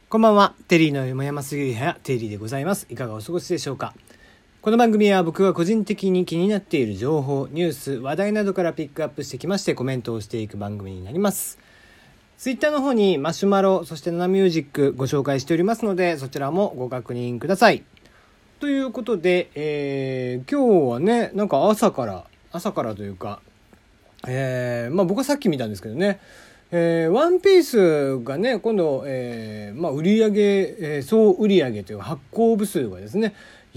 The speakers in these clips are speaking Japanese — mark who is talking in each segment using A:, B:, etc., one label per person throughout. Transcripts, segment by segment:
A: こんばんは。テリーの山山すぎる部屋、テリーでございます。いかがお過ごしでしょうか。この番組は僕が個人的に気になっている情報、ニュース、話題などからピックアップしてきましてコメントをしていく番組になります。ツイッターの方にマシュマロ、そしてナナミュージックご紹介しておりますので、そちらもご確認ください。ということで、今日はね、なんか朝からというか、僕はさっき見たんですけどね、ワンピースがね今度、売上、総売上という発行部数がですね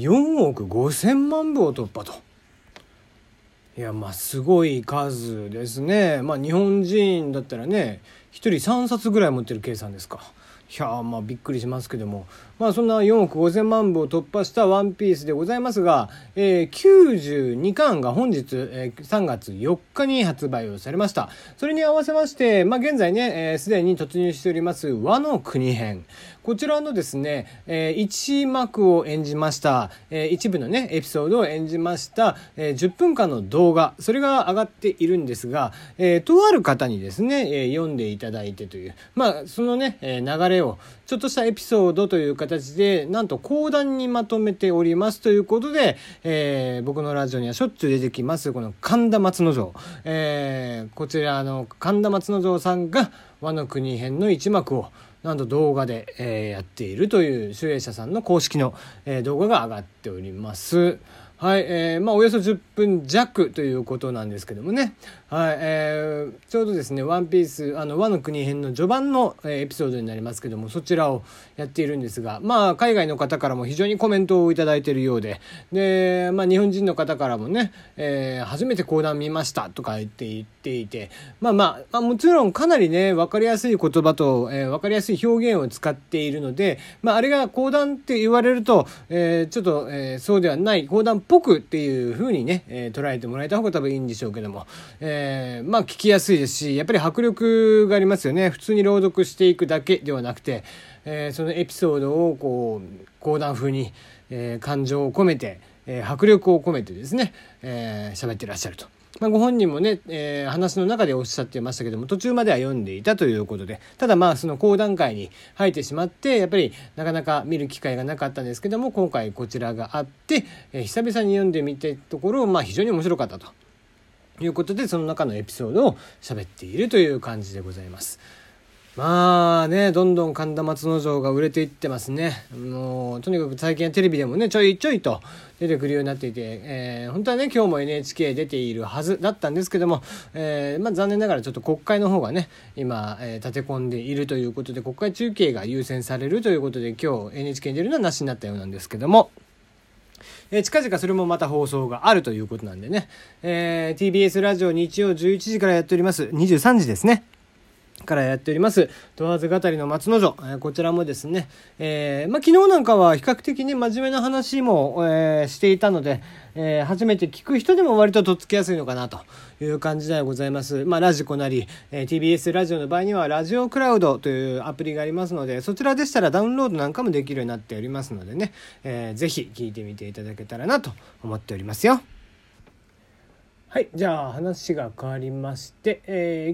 A: 4億5,000万部を突破と。いやすごい数ですね。日本人だったらね1人3冊ぐらい持ってる計算ですか。いやびっくりしますけども、そんな4億5,000万部を突破したワンピースでございますが、92巻が本日、3月4日に発売をされました。それに合わせまして、現在ねすでに突入しておりますワノ国編、こちらのですね、一幕を演じました、一部のねエピソードを演じました、10分間の動画、それが上がっているんですが、とある方にですね、読んでいただいてという、そのね、流れをちょっとしたエピソードという形でなんと講談にまとめておりますということで、僕のラジオにはしょっちゅう出てきますこの神田松之丞、こちらの神田松之丞さんがワノ国編の一幕をなんと動画で、やっているという集英社さんの公式の、動画が上がっております。はい、およそ10分弱ということなんですけどもね、はい、ちょうどですねワンピースワノ国編の序盤の、エピソードになりますけども、そちらをやっているんですが、海外の方からも非常にコメントをいただいているようで、日本人の方からもね、初めて講談見ましたとか言っていて、もちろんかなりね分かりやすい言葉と、分かりやすい表現を使っているので、あれが講談って言われると、ちょっと、そうではない講談っぽくっていう風にね、捉えてもらえた方が多分いいんでしょうけども、聞きやすいですし、やっぱり迫力がありますよね。普通に朗読していくだけではなくて、そのエピソードをこう講談風に、感情を込めて、迫力を込めてですね喋ってらっしゃると。ご本人もね、話の中でおっしゃってましたけども、途中までは読んでいたということで、ただその講談会に入ってしまってやっぱりなかなか見る機会がなかったんですけども、今回こちらがあって、久々に読んでみたところ、非常に面白かったということで、その中のエピソードを喋っているという感じでございます。どんどん神田松之丞が売れていってますね。もうとにかく最近はテレビでもねちょいちょいと出てくるようになっていて、本当はね今日も NHK 出ているはずだったんですけども、残念ながらちょっと国会の方がね今、立て込んでいるということで、国会中継が優先されるということで今日 NHK に出るのはなしになったようなんですけども、近々それもまた放送があるということなんでね、TBS ラジオ日曜11時からやっております、23時ですねからやっております問わず語りの松之丞、こちらもですね、昨日なんかは比較的ね真面目な話も、していたので、初めて聞く人でも割ととっつきやすいのかなという感じでございます。ラジコなり、TBS ラジオの場合にはラジオクラウドというアプリがありますので、そちらでしたらダウンロードなんかもできるようになっておりますのでね、ぜひ聞いてみていただけたらなと思っておりますよ。はい、じゃあ話が変わりまして、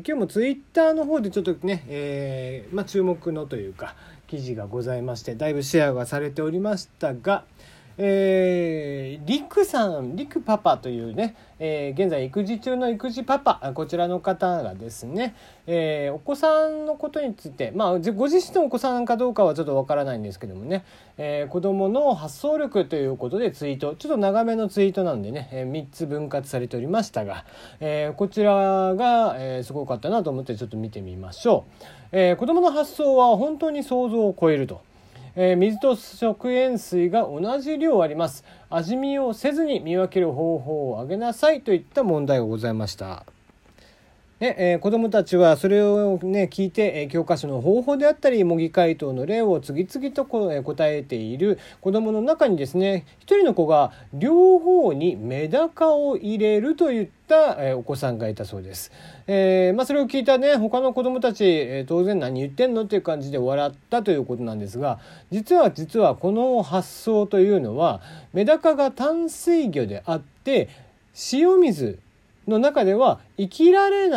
A: 今日もツイッターの方でちょっとね、注目のというか記事がございまして、だいぶシェアがされておりましたが、リクパパというね、現在育児中の育児パパ、こちらの方がですね、お子さんのことについて、ご自身のお子さんかどうかはちょっとわからないんですけどもね、子どもの発想力ということでツイート、ちょっと長めのツイートなんでね、3つ分割されておりましたが、こちらが、すごかったなと思ってちょっと見てみましょう。子どもの発想は本当に想像を超えると。水と食塩水が同じ量あります。味見をせずに見分ける方法を挙げなさいといった問題がございました。子どもたちはそれを、聞いて、教科書の方法であったり模擬回答の例を次々と答えている子どもの中にですね、一人の子が両方にメダカを入れるといったお子さんがいたそうです。それを聞いたね他の子どもたち、当然何言ってんのっていう感じで笑ったということなんですが、実はこの発想というのはメダカが淡水魚であって塩水の中では生きられない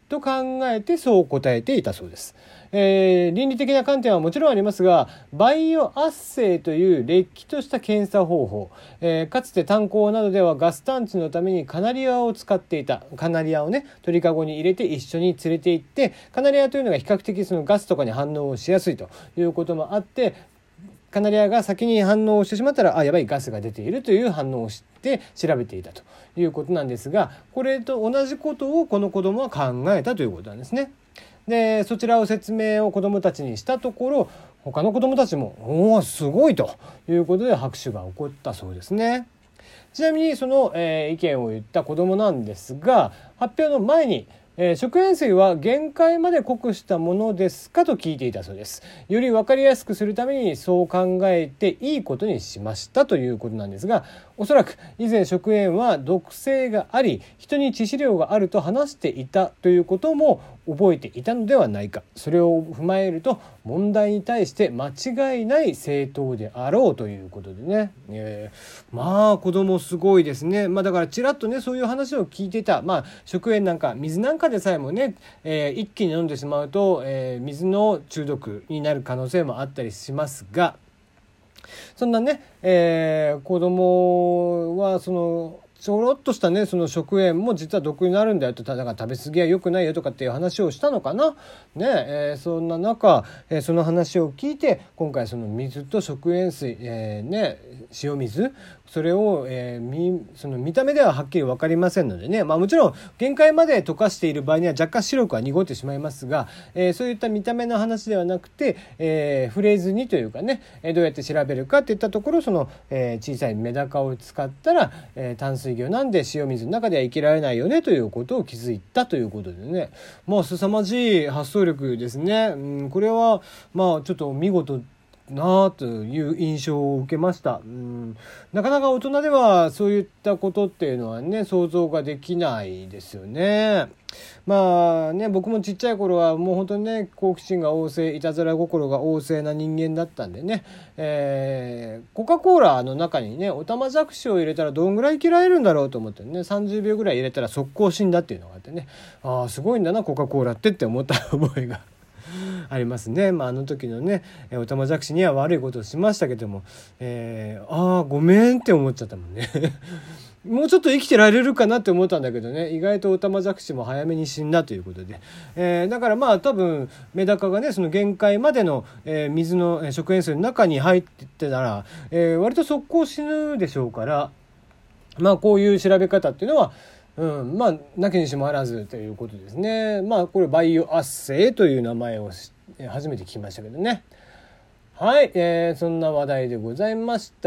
A: と考えてそう答えていたそうです。倫理的な観点はもちろんありますが、バイオ圧生というれっきとした検査方法、かつて炭鉱などではガス探知のためにカナリアを使っていた。カナリアをね、鳥かごに入れて一緒に連れて行って、カナリアというのが比較的そのガスとかに反応をしやすいということもあって、カナリアが先に反応をしてしまったら、やばい、ガスが出ているという反応をして調べていたということなんですが、これと同じことをこの子供は考えたということなんですね。でそちらを説明を子どもたちにしたところ、他の子どもたちも「おおすごい!」ということで拍手が起こったそうですね。ちなみにその、意見を言った子どもなんですが、発表の前に食塩水は限界まで濃くしたものですかと聞いていたそうです。より分かりやすくするためにそう考えていいことにしましたということなんですが、おそらく以前食塩は毒性があり人に致死量があると話していたということも覚えていたのではないか。それを踏まえると問題に対して間違いない正当であろうということでね、まあ子供すごいですね。だからちらっとねそういう話を聞いてた。食塩なんか水なんかでさえもね、一気に飲んでしまうと、水の中毒になる可能性もあったりしますが、そんなね、子供はそのちょろっとしたねその食塩も実は毒になるんだよと、だから食べ過ぎは良くないよとかっていう話をしたのかなね。そんな中、その話を聞いて今回その水と食塩水、塩水それを、その見た目でははっきり分かりませんのでね、もちろん限界まで溶かしている場合には若干白くは濁ってしまいますが、そういった見た目の話ではなくて、フレーズにというかね、どうやって調べるかっていったところ、その、小さいメダカを使ったら、淡水魚なんで塩水の中では生きられないよねということを気づいたということでね、凄まじい発想力ですね。これはちょっと見事なという印象を受けました。なかなか大人ではそういったことっていうのはね想像ができないですよね。僕もちっちゃい頃はもう本当にね好奇心が旺盛、いたずら心が旺盛な人間だったんでね、コカ・コーラの中にねオタマジャクシを入れたらどんぐらい生きられるんだろうと思ってね、30秒ぐらい入れたら速攻死んだっていうのがあってね、すごいんだなコカ・コーラって思った覚えがありますね。あの時のねオタマジャクシには悪いことをしましたけども、ごめんって思っちゃったもんねもうちょっと生きてられるかなって思ったんだけどね、意外とオタマジャクシも早めに死んだということで、だから多分メダカがねその限界までの、水の食塩水の中に入ってたら、割と速攻死ぬでしょうから、こういう調べ方っていうのはなきにしもあらずということですね。これバイオ圧生という名前を初めて聞きましたけどね。はい、そんな話題でございました。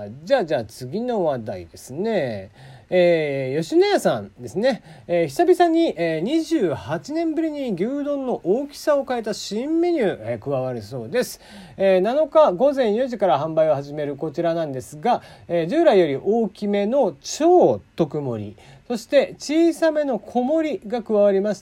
A: じゃあ次の話題ですね。吉野家さんですね、久々に、28年ぶりに牛丼の大きさを変えた新メニュー、加わるそうです。7日午前4時から販売を始めるこちらなんですが、従来より大きめの超特盛り、そして小さめの小盛りが加わりまして、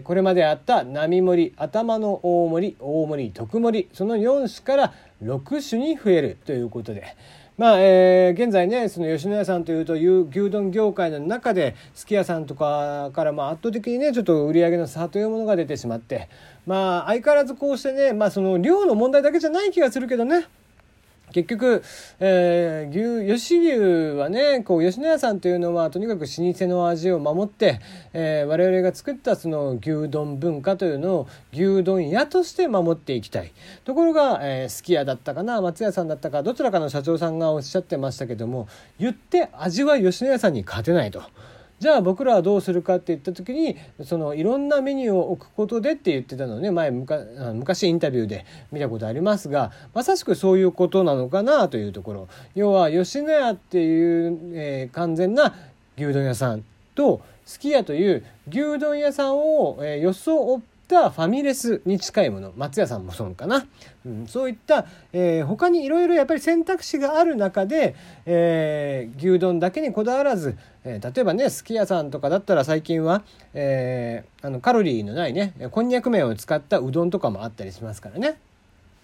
A: これまであった並盛り、頭の大盛り、大盛り、特盛り、その4種から6種に増えるということで、現在ねその吉野家さんというと牛丼業界の中ですき家さんとかから圧倒的にねちょっと売り上げの差というものが出てしまって、相変わらずこうしてねその量の問題だけじゃない気がするけどね、結局、吉牛はね吉野家さんというのはとにかく老舗の味を守って、我々が作ったその牛丼文化というのを牛丼屋として守っていきたい。ところが、すき家だったかな松屋さんだったかどちらかの社長さんがおっしゃってましたけども、言って味は吉野家さんに勝てないと。じゃあ僕らはどうするかって言った時にそのいろんなメニューを置くことでって言ってたのね、昔インタビューで見たことありますが、まさしくそういうことなのかなというところ。要は吉野家っていう、完全な牛丼屋さんとすき家という牛丼屋さんを、装ったファミレスに近いもの、松屋さんもそうかな、そういった、他にいろいろやっぱり選択肢がある中で、牛丼だけにこだわらず、例えばねすき家さんとかだったら最近は、カロリーのないねこんにゃく麺を使ったうどんとかもあったりしますからね。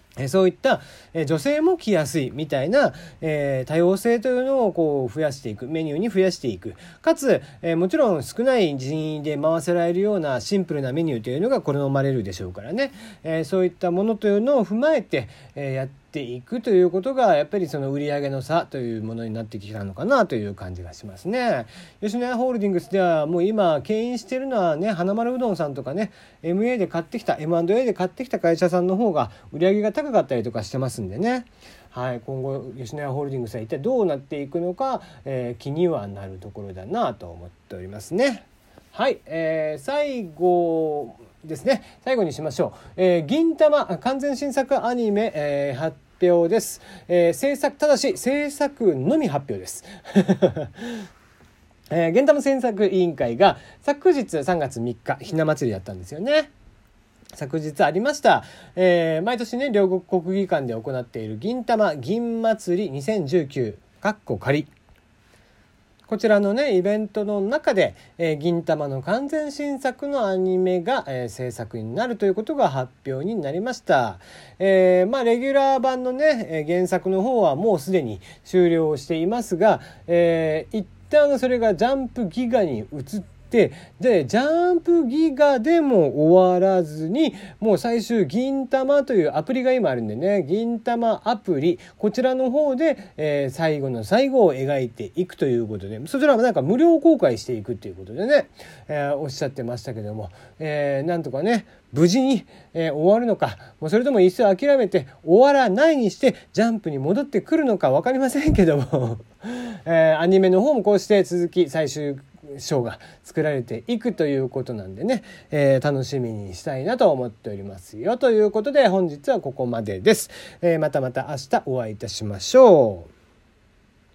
A: そういった女性も着やすいみたいな多様性というのをこう増やしていく、メニューに増やしていく、かつもちろん少ない人員で回せられるようなシンプルなメニューというのが好まれるでしょうからね、そういったものというのを踏まえてやっていくということがやっぱりその売上の差というものになってきたのかなという感じがしますね。吉野家ホールディングスではもう今牽引しているのはね、花丸うどんさんとかね、 M&A で買ってきた M&A で買ってきた会社さんの方が売上が高かったりとかしてますんでね、はい、今後吉野家ホールディングスは一体どうなっていくのか、気にはなるところだなと思っておりますね。はい、最後ですね、最後にしましょう。銀魂完全新作アニメ、発表です。制作、ただし制作のみ発表です。銀魂制作委員会が昨日3月3日ひな祭りだったんですよね。昨日ありました、毎年ね両国国技館で行っている銀魂銀祭り2019仮、こちらのねイベントの中で、銀魂の完全新作のアニメが、制作になるということが発表になりました。レギュラー版のね原作の方はもうすでに終了していますが、一旦それがジャンプギガに移ってでジャンプギガでも終わらずに、もう最終銀魂というアプリが今あるんでね、銀魂アプリ、こちらの方で、最後の最後を描いていくということで、そちらはなんか無料公開していくということでね、おっしゃってましたけども、なんとかね無事に、終わるのか、もうそれとも一層諦めて終わらないにしてジャンプに戻ってくるのか分かりませんけども、アニメの方もこうして続き最終章が作られていくということなんでね、楽しみにしたいなと思っておりますよ。ということで本日はここまでです。また明日お会いいたしましょう。